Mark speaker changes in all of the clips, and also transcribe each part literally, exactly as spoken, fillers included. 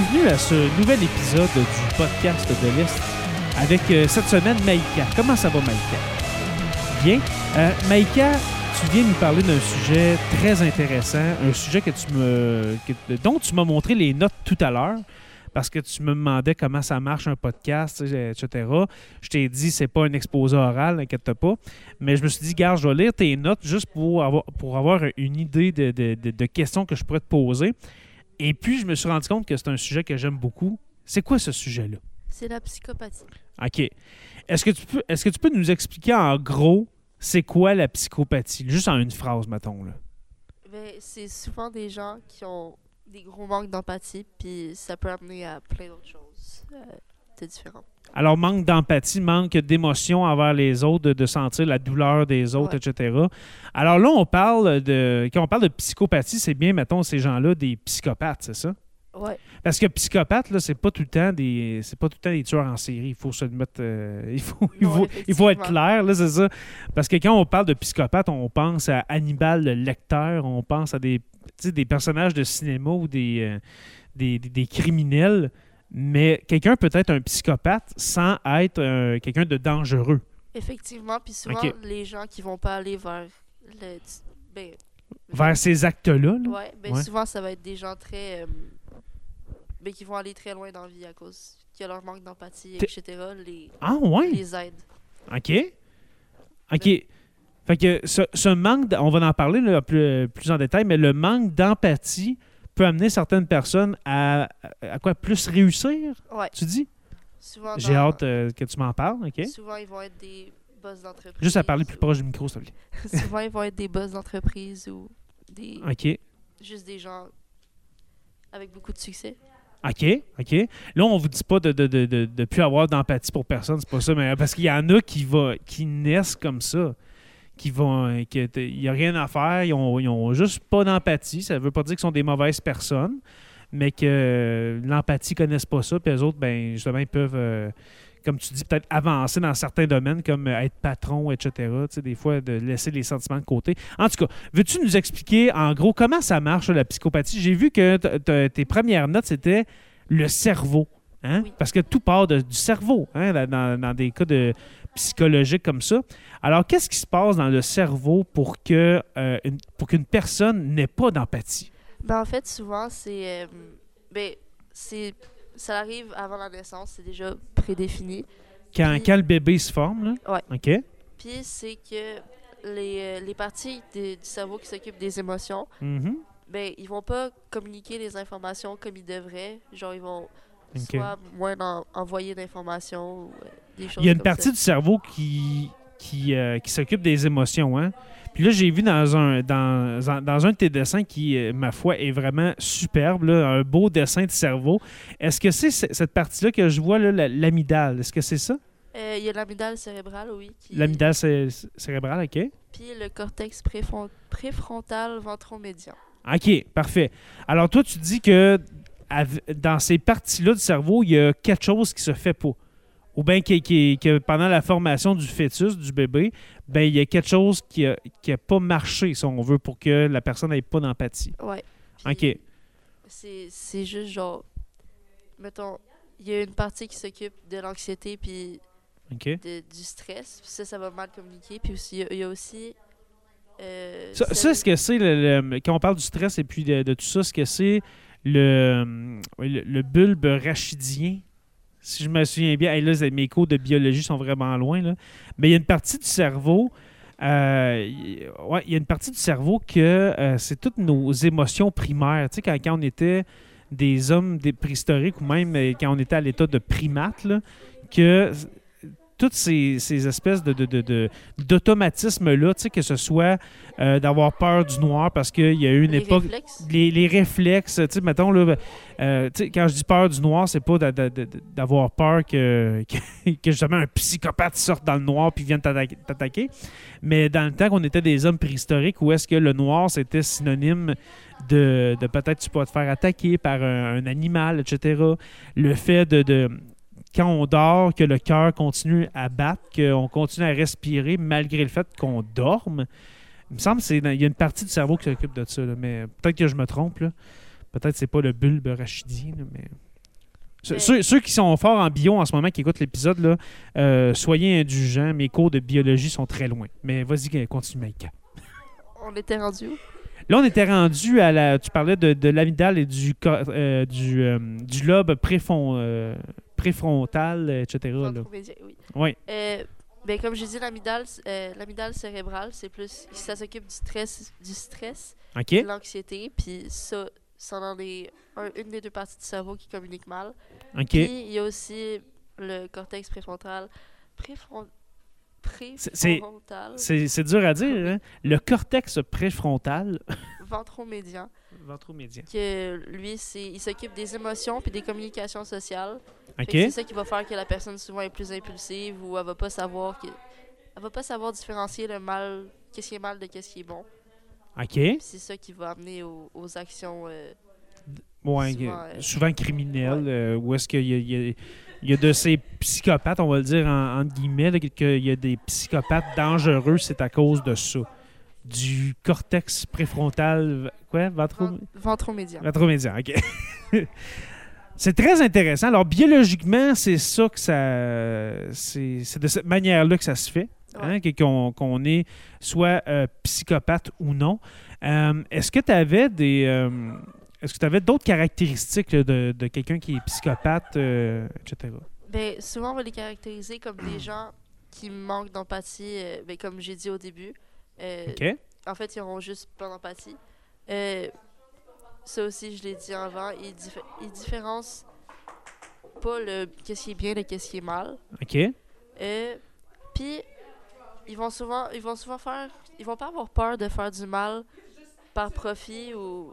Speaker 1: bienvenue à ce nouvel épisode du podcast de l'Est avec euh, cette semaine Maïka. Comment ça va, Maïka? Bien. Euh, Maïka, tu viens nous parler d'un sujet très intéressant, un sujet que tu me, que, dont tu m'as montré les notes tout à l'heure parce que tu me demandais comment ça marche un podcast, et cetera. Je t'ai dit, c'est pas un exposé oral, n'inquiète pas. Mais je me suis dit, gars, je vais lire tes notes juste pour avoir, pour avoir une idée de, de, de, de questions que je pourrais te poser. Et puis, je me suis rendu compte que c'est un sujet que j'aime beaucoup. C'est quoi ce sujet-là?
Speaker 2: C'est la psychopathie.
Speaker 1: OK. Est-ce que tu peux, est-ce que tu peux nous expliquer en gros c'est quoi la psychopathie? Juste en une phrase, mettons. Là.
Speaker 2: Ben, c'est souvent des gens qui ont des gros manques d'empathie, puis ça peut amener à plein d'autres choses euh, de différentes.
Speaker 1: Alors, manque d'empathie, manque d'émotion envers les autres, de, de sentir la douleur des autres,
Speaker 2: Ouais.
Speaker 1: et cetera. Alors là, on parle de... Quand on parle de psychopathie, c'est bien, mettons, ces gens-là, des psychopathes, c'est ça?
Speaker 2: Ouais.
Speaker 1: Parce que psychopathe, là, c'est pas tout le temps des. C'est pas tout le temps des tueurs en série. Il faut se le mettre. euh, il, faut, il,
Speaker 2: Non,
Speaker 1: faut, il faut être
Speaker 2: effectivement.
Speaker 1: clair, là, c'est ça. Parce que quand on parle de psychopathe, on pense à Hannibal le Lecter, on pense à des, tu sais, des personnages de cinéma ou des, euh, des, des, des criminels. Mais quelqu'un peut être un psychopathe sans être euh, quelqu'un de dangereux.
Speaker 2: Effectivement, puis souvent,
Speaker 1: Ok.
Speaker 2: les gens qui vont pas aller vers le... Ben,
Speaker 1: Vers ces actes-là. Là.
Speaker 2: ouais, ben
Speaker 1: Ouais.
Speaker 2: souvent, ça va être des gens très... euh, ben, qui vont aller très loin dans la vie à cause que leur manque d'empathie,
Speaker 1: T'es-
Speaker 2: et cetera, les,
Speaker 1: Ah, ouais.
Speaker 2: les aide.
Speaker 1: OK. OK. Fait que ce, ce manque, d- on va en parler là, plus, plus en détail, mais le manque d'empathie peut amener certaines personnes à, à, à quoi? Plus réussir,
Speaker 2: Ouais.
Speaker 1: tu dis?
Speaker 2: Souvent,
Speaker 1: J'ai
Speaker 2: dans-
Speaker 1: hâte euh, que tu m'en parles, OK?
Speaker 2: Souvent, ils vont être des boss d'entreprise.
Speaker 1: Juste à parler plus
Speaker 2: ou-
Speaker 1: proche du micro, s'il te plaît.
Speaker 2: Souvent, ils vont être des boss d'entreprise ou des
Speaker 1: OK.
Speaker 2: juste des gens avec beaucoup de succès.
Speaker 1: OK, OK. Là, on vous dit pas de ne de, de, de, de plus avoir d'empathie pour personne, c'est pas ça, mais parce qu'il y en a qui, va, qui naissent comme ça, qui vont, il n'y a rien à faire, ils ont, ils ont juste pas d'empathie. Ça veut pas dire qu'ils sont des mauvaises personnes, mais que euh, l'empathie, ils connaissent pas ça, puis eux autres, ben justement, ils peuvent, euh, comme tu dis, peut-être avancer dans certains domaines, comme euh, être patron, et cetera. Tu sais, des fois, de laisser les sentiments de côté. En tout cas, veux-tu nous expliquer, en gros, comment ça marche, la psychopathie? J'ai vu que t- t- tes premières notes, c'était le cerveau. Hein?
Speaker 2: Oui.
Speaker 1: Parce que tout part de- du cerveau, hein, là, dans, dans des cas de psychologiques comme ça. Alors, qu'est-ce qui se passe dans le cerveau pour que euh, une- pour qu'une personne n'ait pas d'empathie?
Speaker 2: Ben, en fait, souvent, c'est. euh, ben, c'est. Ça arrive avant la naissance, c'est déjà prédéfini.
Speaker 1: Quand,
Speaker 2: Puis-
Speaker 1: quand le bébé se forme, là?
Speaker 2: Ouais.
Speaker 1: OK.
Speaker 2: Puis, c'est que les, euh, les parties de- du cerveau qui s'occupent des émotions,
Speaker 1: Mhm.
Speaker 2: ben, ils vont pas communiquer les informations comme ils devraient. Genre, ils vont
Speaker 1: OK.
Speaker 2: soit moins en- envoyer d'informations ou euh, des choses
Speaker 1: Il y a une
Speaker 2: comme
Speaker 1: partie
Speaker 2: ça.
Speaker 1: du cerveau qui, qui, euh, qui s'occupe des émotions. Hein? Puis là, j'ai vu dans un, dans, un- dans un de tes dessins qui, euh, ma foi, est vraiment superbe, là, un beau dessin de cerveau. Est-ce que c'est c- cette partie-là que je vois, là, la- l'amygdale? Est-ce que c'est ça?
Speaker 2: Euh, Il y a l'amygdale cérébrale, oui. Qui...
Speaker 1: L'amygdale cé- cérébrale, OK.
Speaker 2: Puis le cortex préfron- préfrontal ventromédian.
Speaker 1: OK, parfait. Alors, toi, tu dis que av- dans ces parties-là du cerveau, il y a quelque chose qui se fait pas. Ou bien qui, qui- que pendant la formation du fœtus, du bébé, ben il y a quelque chose qui n'a qui a pas marché, si on veut, pour que la personne n'ait pas d'empathie.
Speaker 2: Ouais.
Speaker 1: OK.
Speaker 2: Puis C'est c'est juste genre. Mettons, il y a une partie qui s'occupe de l'anxiété puis
Speaker 1: OK.
Speaker 2: de- du stress. Puis ça, ça va mal communiquer. Puis aussi, il y a- il y, a aussi. Euh,
Speaker 1: Ça,
Speaker 2: celle-
Speaker 1: ça, ce que c'est, le, le- quand on parle du stress et puis de, de tout ça, ce que c'est le, le, le bulbe rachidien. Si je me souviens bien, hey, là, mes cours de biologie sont vraiment loin, là. Mais il y a une partie du cerveau, euh, y- ouais, il y a une partie du cerveau que euh, c'est toutes nos émotions primaires. Tu sais, quand, quand on était des hommes des préhistoriques ou même euh, quand on était à l'état de primate, là, que toutes ces, ces espèces de, de, de, de- d'automatismes-là, tu sais, que ce soit euh, d'avoir peur du noir parce qu'il y a eu une
Speaker 2: les
Speaker 1: époque...
Speaker 2: réflexes.
Speaker 1: Les, les réflexes, tu sais, mettons, là, euh, tu sais, quand je dis peur du noir, c'est pas d'a- d'a- d'a- d'avoir peur que, que, que justement un psychopathe sorte dans le noir puis vienne t'attaquer, t'attaquer. Mais dans le temps qu'on était des hommes préhistoriques, où est-ce que le noir, c'était synonyme de, de peut-être tu peux te faire attaquer par un, un animal, et cetera. Le fait de... de quand on dort, que le cœur continue à battre, qu'on continue à respirer malgré le fait qu'on dorme. Il me semble qu'il y a une partie du cerveau qui s'occupe de ça, là, mais peut-être que je me trompe. Là. Peut-être que c'est pas le bulbe rachidien, là, mais Ce-
Speaker 2: Mais-
Speaker 1: Ceux, ceux qui sont forts en bio en ce moment, qui écoutent l'épisode, là, euh, soyez indulgents. Mes cours de biologie sont très loin. Mais vas-y, continue, Mike.
Speaker 2: On était rendu où?
Speaker 1: Là, on était rendu à la. Tu parlais de, de l'amygdale et du, cor- euh, du, euh, du lobe préfron- euh, préfrontal, et cetera. Là.
Speaker 2: Ventromédien, oui.
Speaker 1: Oui.
Speaker 2: Euh, ben, comme j'ai dit, l'amygdale, euh, l'amygdale cérébrale, c'est plus. Ça s'occupe du stress, du stress,
Speaker 1: OK.
Speaker 2: de l'anxiété, puis ça, ça en est un- une des deux parties du cerveau qui communique mal.
Speaker 1: OK.
Speaker 2: Puis il y a aussi le cortex préfrontal. Préfron...
Speaker 1: C'est- c'est-
Speaker 2: Préfrontal.
Speaker 1: C'est c'est dur à dire, hein? Le cortex préfrontal.
Speaker 2: Ventromédian.
Speaker 1: Ventromédian.
Speaker 2: Que lui, c'est, il s'occupe des émotions puis des communications sociales. Fait
Speaker 1: OK.
Speaker 2: que c'est ça qui va faire que la personne souvent est plus impulsive ou elle va pas savoir que, elle va pas savoir différencier le mal, qu'est-ce qui est mal de qu'est-ce qui est bon.
Speaker 1: OK.
Speaker 2: Puis c'est ça qui va amener aux, aux actions. euh,
Speaker 1: Ouais,
Speaker 2: Souvent,
Speaker 1: euh,
Speaker 2: euh,
Speaker 1: souvent criminel,
Speaker 2: ouais.
Speaker 1: euh, où est-ce qu'il y a, il y, a, il y a de ces psychopathes, on va le dire en, entre guillemets, là, qu'il y a des psychopathes dangereux, c'est à cause de ça. Du cortex préfrontal, quoi, ventro...
Speaker 2: ven- ventromédian.
Speaker 1: ventromédian, OK. C'est très intéressant. Alors, biologiquement, c'est ça que ça... C'est c'est de cette manière-là que ça se fait, hein, que- qu'on qu'on est soit euh, psychopathe ou non. Euh, est-ce que tu avais des... euh, Est-ce que tu avais d'autres caractéristiques là, de, de quelqu'un qui est psychopathe, euh, et cetera?
Speaker 2: Ben, souvent, on va les caractériser comme des gens qui manquent d'empathie, euh, ben, comme j'ai dit au début. Euh,
Speaker 1: OK.
Speaker 2: En fait, ils n'auront juste pas d'empathie. Euh, ça aussi, je l'ai dit avant, ils, dif- ils différencient pas le qu'est-ce qui est bien de qu'est-ce qui est mal.
Speaker 1: OK.
Speaker 2: Euh, Puis, ils vont souvent ils vont souvent faire... Ils vont pas avoir peur de faire du mal par profit ou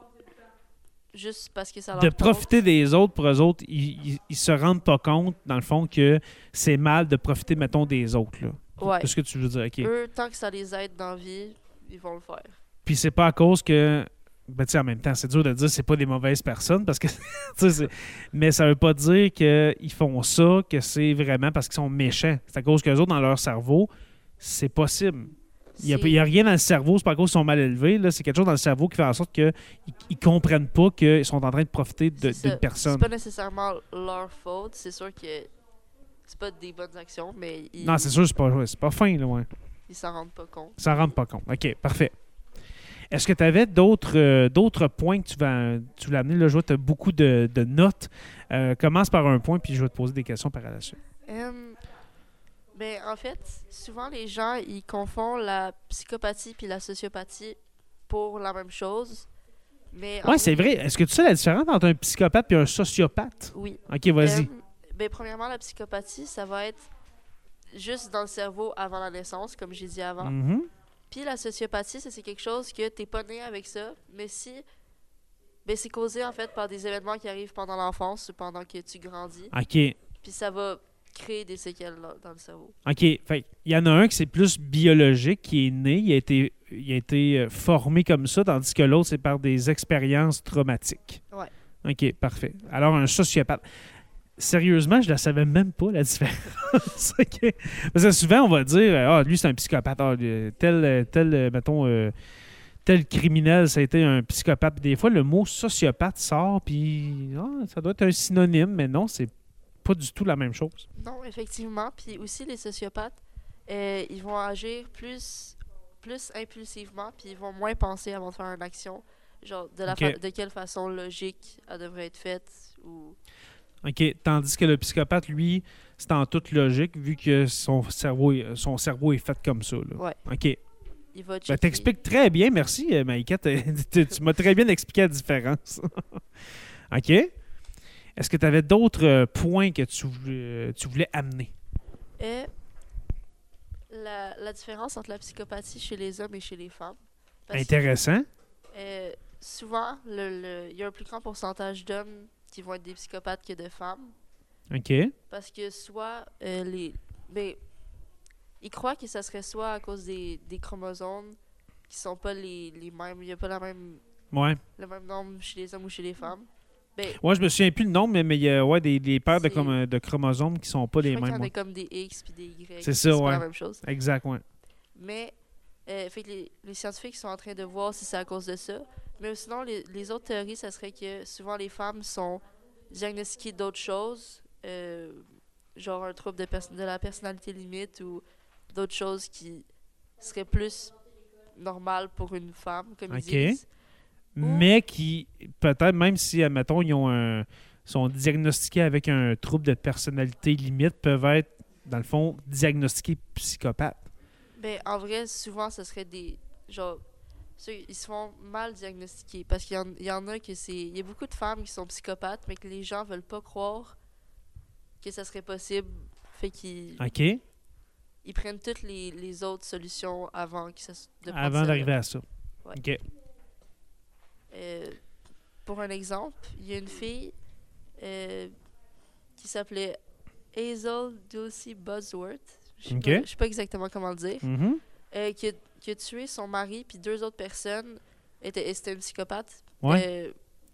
Speaker 2: juste parce que ça leur
Speaker 1: De
Speaker 2: tente.
Speaker 1: profiter des autres, pour eux autres, ils, ils, ils se rendent pas compte, dans le fond, que c'est mal de profiter, mettons, des autres. Là.
Speaker 2: Ouais.
Speaker 1: C'est ce que tu veux dire, OK.
Speaker 2: Eux, tant que ça les aide dans la vie, ils vont le faire.
Speaker 1: Puis c'est pas à cause que... Ben, tu sais, en même temps, c'est dur de dire que c'est pas des mauvaises personnes, parce que... tu sais, c'est- mais ça veut pas dire qu'ils font ça, que c'est vraiment parce qu'ils sont méchants. C'est à cause qu'eux autres, dans leur cerveau, c'est possible. Il
Speaker 2: C'est-
Speaker 1: n'y a, rien dans le cerveau, c'est pas à cause qu'ils sont mal élevés. Là. C'est quelque chose dans le cerveau qui fait en sorte qu'ils ne comprennent pas qu'ils sont en train de profiter de-
Speaker 2: c'est ça.
Speaker 1: d'une personne.
Speaker 2: C'est pas nécessairement leur faute. C'est sûr que c'est pas des bonnes actions, mais ils
Speaker 1: Non, c'est sûr, c'est pas, ouais, c'est pas fin. Là, ouais.
Speaker 2: ils s'en rendent pas compte.
Speaker 1: Ça ne rend pas compte. OK, parfait. Est-ce que tu avais d'autres euh, d'autres points que tu vas, tu voulais amener? Là, je vois que tu as beaucoup de, de notes. Euh, commence par un point, puis je vais te poser des questions par la suite.
Speaker 2: Hum, ben, en fait, souvent les gens ils confondent la psychopathie puis la sociopathie pour la même chose. Mais en
Speaker 1: Oui, c'est vrai. Est-ce que tu sais la différence entre un psychopathe et un sociopathe?
Speaker 2: Oui.
Speaker 1: OK, vas-y.
Speaker 2: Hum, ben, premièrement, la psychopathie, ça va être juste dans le cerveau avant la naissance, comme j'ai dit avant.
Speaker 1: Mhm.
Speaker 2: Puis la sociopathie, ça, c'est quelque chose que t'es pas né avec ça, mais si... Ben, c'est causé, en fait, par des événements qui arrivent pendant l'enfance ou pendant que tu grandis.
Speaker 1: OK.
Speaker 2: Puis ça va créer des séquelles là, dans le cerveau.
Speaker 1: OK. Fait, il y en a un qui c'est plus biologique, qui est né, il a été, il a été euh, formé comme ça, tandis que l'autre, c'est par des expériences traumatiques.
Speaker 2: Ouais.
Speaker 1: OK, parfait. Alors, un sociopathe. Sérieusement, je ne la savais même pas, la différence. OK. Parce que souvent, on va dire, ah, lui, c'est un psychopathe. Ah, lui, tel, tel, euh, mettons, euh, tel criminel, ça a été un psychopathe. Puis des fois, le mot sociopathe sort, puis ah, ça doit être un synonyme, mais non, c'est pas du tout la même chose.
Speaker 2: Non, effectivement. Puis aussi, les sociopathes, euh, ils vont agir plus, plus impulsivement, puis ils vont moins penser avant de faire une action. Genre, de, la
Speaker 1: OK.
Speaker 2: fa- de quelle façon logique elle devrait être faite. Ou...
Speaker 1: OK. Tandis que le psychopathe, lui, c'est en toute logique, vu que son cerveau est, son cerveau est fait comme ça. Là.
Speaker 2: Ouais.
Speaker 1: OK.
Speaker 2: Il va
Speaker 1: Ben,
Speaker 2: checker.
Speaker 1: t'expliques très bien, merci, euh, Maïka. T'as- tu tu m'as très bien expliqué la différence. OK. Est-ce que tu avais d'autres euh, points que tu voulais, tu voulais amener?
Speaker 2: Et la, la différence entre la psychopathie chez les hommes et chez les femmes. Parce que,
Speaker 1: Intéressant.
Speaker 2: euh, souvent, le, le- il y a un plus grand pourcentage d'hommes qui vont être des psychopathes que de femmes.
Speaker 1: OK.
Speaker 2: Parce que soit euh, les. Ben, ils croient que ça serait soit à cause des, des chromosomes qui sont pas les, les mêmes. Il n'y a pas la même,
Speaker 1: Ouais.
Speaker 2: le même nombre chez les hommes ou chez les femmes. Ben,
Speaker 1: Ouais, je me souviens plus le nom, mais mais il y a ouais, des, des paires de,
Speaker 2: C'est-
Speaker 1: chrom- de chromosomes qui sont pas
Speaker 2: je
Speaker 1: les
Speaker 2: crois qu'il y
Speaker 1: mêmes.
Speaker 2: en a
Speaker 1: Ouais.
Speaker 2: comme des X puis des Y.
Speaker 1: C'est ça,
Speaker 2: pas
Speaker 1: ouais.
Speaker 2: la même chose.
Speaker 1: Exact, ouais.
Speaker 2: Mais euh, fait que les, les scientifiques sont en train de voir si c'est à cause de ça. Mais sinon, les, les autres théories, ça serait que souvent les femmes sont diagnostiquer d'autres choses, euh, genre un trouble de, pers- de la personnalité limite ou d'autres choses qui seraient plus normales pour une femme, comme
Speaker 1: OK.
Speaker 2: ils disent.
Speaker 1: Mais qui, peut-être, même si, admettons, ils ont un, sont diagnostiqués avec un trouble de personnalité limite, peuvent être, dans le fond, diagnostiqués psychopathes.
Speaker 2: Ben, en vrai, souvent, ce serait des... Genre, ceux, ils se font mal diagnostiquer. Parce qu'il y en, il y en a que c'est... Il y a beaucoup de femmes qui sont psychopathes, mais que les gens veulent pas croire que ça serait possible. Fait qu'ils
Speaker 1: OK?
Speaker 2: ils prennent toutes les, les autres solutions avant que ça se- de prendre
Speaker 1: Avant
Speaker 2: celle-là.
Speaker 1: d'arriver à ça.
Speaker 2: Ouais.
Speaker 1: OK.
Speaker 2: Euh, pour un exemple, il y a une fille euh, qui s'appelait Hazel Dulcie Buzzworth. Je sais
Speaker 1: Ok.
Speaker 2: pas- je sais pas exactement comment le dire.
Speaker 1: Mhm.
Speaker 2: Euh, qui, a, qui a tué son mari puis deux autres personnes. Était, c'était une psychopathe.
Speaker 1: Ouais.
Speaker 2: euh,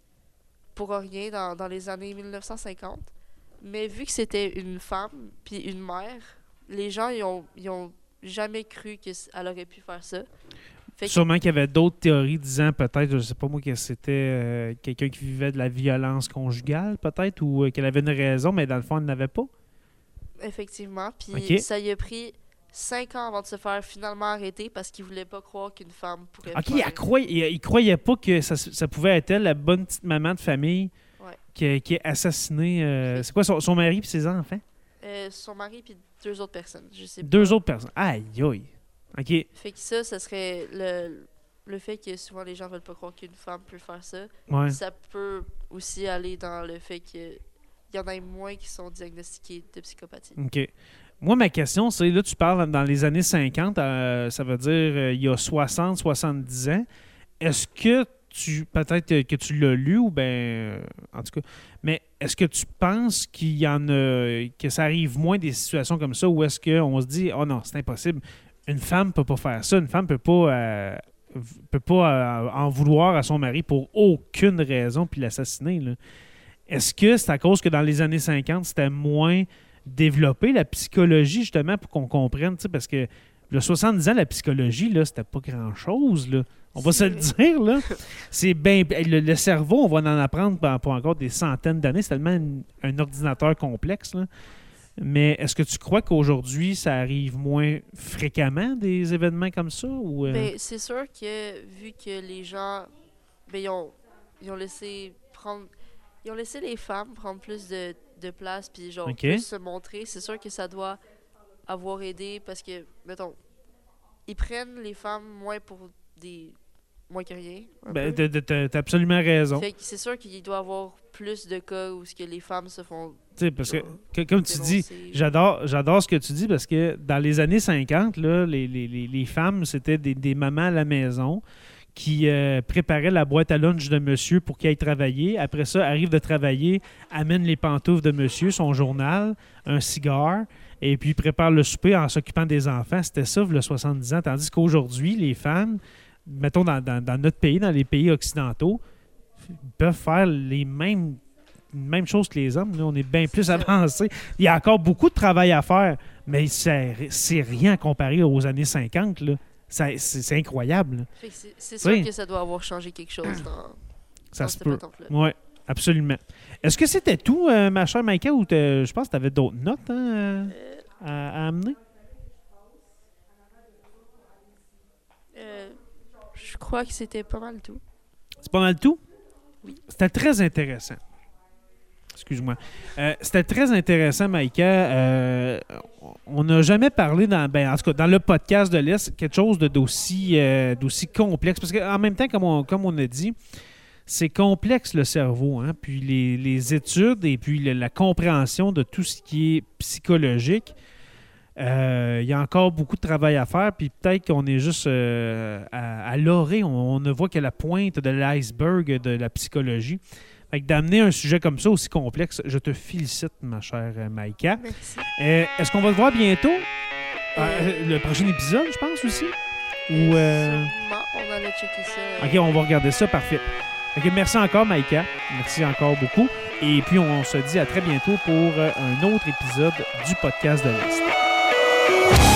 Speaker 2: pour rien dans, dans les années mille neuf cent cinquante. Mais vu que c'était une femme puis une mère, les gens ils ont, ils ont jamais cru qu'elle aurait pu faire ça. Fait que-
Speaker 1: Sûrement qu'il y avait d'autres théories disant peut-être, je sais pas moi, que c'était euh, quelqu'un qui vivait de la violence conjugale, peut-être, ou euh, qu'elle avait une raison, mais dans le fond, elle n'avait pas.
Speaker 2: Effectivement. Puis
Speaker 1: Ok.
Speaker 2: ça lui a pris cinq ans avant de se faire finalement arrêter parce qu'il voulait pas croire qu'une femme pourrait
Speaker 1: OK,
Speaker 2: faire.
Speaker 1: elle croyait, il, il croyait pas que ça, ça pouvait être elle, la bonne petite maman de famille
Speaker 2: Ouais.
Speaker 1: qui, qui est assassinée. euh, c'est quoi, son, son mari et ses enfants?
Speaker 2: Euh, son mari puis deux autres personnes. Je sais
Speaker 1: Deux
Speaker 2: pas.
Speaker 1: autres personnes. Aïe, aïe. OK.
Speaker 2: Fait que ça, ça serait le, le fait que souvent les gens veulent pas croire qu'une femme peut faire ça.
Speaker 1: Ouais.
Speaker 2: Ça peut aussi aller dans le fait que il y en a moins qui sont diagnostiqués de psychopathie.
Speaker 1: OK. Moi, ma question, c'est, là, tu parles dans les années cinquante, euh, ça veut dire euh, il y a soixante, soixante-dix ans. Est-ce que tu, peut-être que tu l'as lu ou bien, euh, en tout cas, mais est-ce que tu penses qu'il y en a, que ça arrive moins des situations comme ça ou est-ce qu'on se dit, oh non, c'est impossible, une femme peut pas faire ça, une femme peut pas, euh, v- peut pas euh, en vouloir à son mari pour aucune raison puis l'assassiner, là. Est-ce que c'est à cause que dans les années cinquante, c'était moins développer la psychologie, justement, pour qu'on comprenne, tu sais, parce que le soixante-dix ans, la psychologie, là, c'était pas grand-chose, là. On va se le dire, là. C'est bien... Le, le cerveau, on va en apprendre pour, pour encore des centaines d'années. C'est tellement une- un ordinateur complexe, là. Mais est-ce que tu crois qu'aujourd'hui, ça arrive moins fréquemment, des événements comme ça? Ou, euh,
Speaker 2: Ben, c'est sûr que vu que les gens ben, ils, ont, ils ont laissé prendre ils ont laissé les femmes prendre plus de, de place puis genre
Speaker 1: Ok.
Speaker 2: plus se montrer, c'est sûr que ça doit avoir aidé parce que mettons ils prennent les femmes moins pour des moins que rien. un
Speaker 1: ben,
Speaker 2: peu.
Speaker 1: t'as- t'as t'as absolument raison.
Speaker 2: Fait que c'est sûr qu'il doit y avoir plus de cas où ce que les femmes se font
Speaker 1: Tu sais, parce que,
Speaker 2: genre,
Speaker 1: que- comme tu dis,
Speaker 2: dénoncer.
Speaker 1: J'adore, j'adore ce que tu dis parce que dans les années cinquante, là, les, les, les, les femmes, c'était des, des mamans à la maison qui euh, préparaient la boîte à lunch de monsieur pour qu'il aille travailler. Après ça, arrive de travailler, amène les pantoufles de monsieur, son journal, un cigare, et puis prépare le souper en s'occupant des enfants. C'était ça, le soixante-dix ans. Tandis qu'aujourd'hui, les femmes, mettons dans, dans, dans notre pays, dans les pays occidentaux, peuvent faire les mêmes même chose que les hommes. Là, on est bien plus avancé. Il y a encore beaucoup de travail à faire, mais c'est, c'est rien comparé aux années cinquante. Là. Ça- c'est, c'est incroyable. Là.
Speaker 2: Fait que c'est c'est
Speaker 1: Oui.
Speaker 2: sûr que ça doit avoir changé quelque chose dans,
Speaker 1: Ça
Speaker 2: dans
Speaker 1: se
Speaker 2: cette
Speaker 1: peut.
Speaker 2: patente-là.
Speaker 1: Oui, absolument. Est-ce que c'était tout, euh, ma chère Maïka, ou t'as- je pense que tu avais d'autres notes hein, euh,
Speaker 2: Euh,
Speaker 1: à, à amener?
Speaker 2: euh, je crois que c'était pas mal tout.
Speaker 1: C'est pas mal tout?
Speaker 2: Oui.
Speaker 1: C'était très intéressant. Excuse-moi. Euh, c'était très intéressant, Maïka. Euh, on n'a jamais parlé, dans, ben, en tout cas, dans le podcast de l'Est, quelque chose de, d'aussi, euh, d'aussi complexe. Parce qu'en même temps, comme on, comme on a dit, c'est complexe le cerveau. Hein? Puis les, les études et puis le- la compréhension de tout ce qui est psychologique, euh, il y a encore beaucoup de travail à faire. Puis peut-être qu'on est juste euh, à, à l'orée. On, on ne voit que la pointe de l'iceberg de la psychologie. Fait que d'amener un sujet comme ça aussi complexe, je te félicite, ma chère euh, Maïka.
Speaker 2: Merci.
Speaker 1: Euh, est-ce qu'on va te voir bientôt?
Speaker 2: Euh,
Speaker 1: Euh, le prochain épisode, je pense aussi? Ou
Speaker 2: euh,
Speaker 1: euh,
Speaker 2: sûrement, on allait checker ça.
Speaker 1: OK, on va regarder ça, parfait. OK, merci encore, Maïka. Merci encore beaucoup. Et puis, on se dit à très bientôt pour euh, un autre épisode du podcast de l'Est.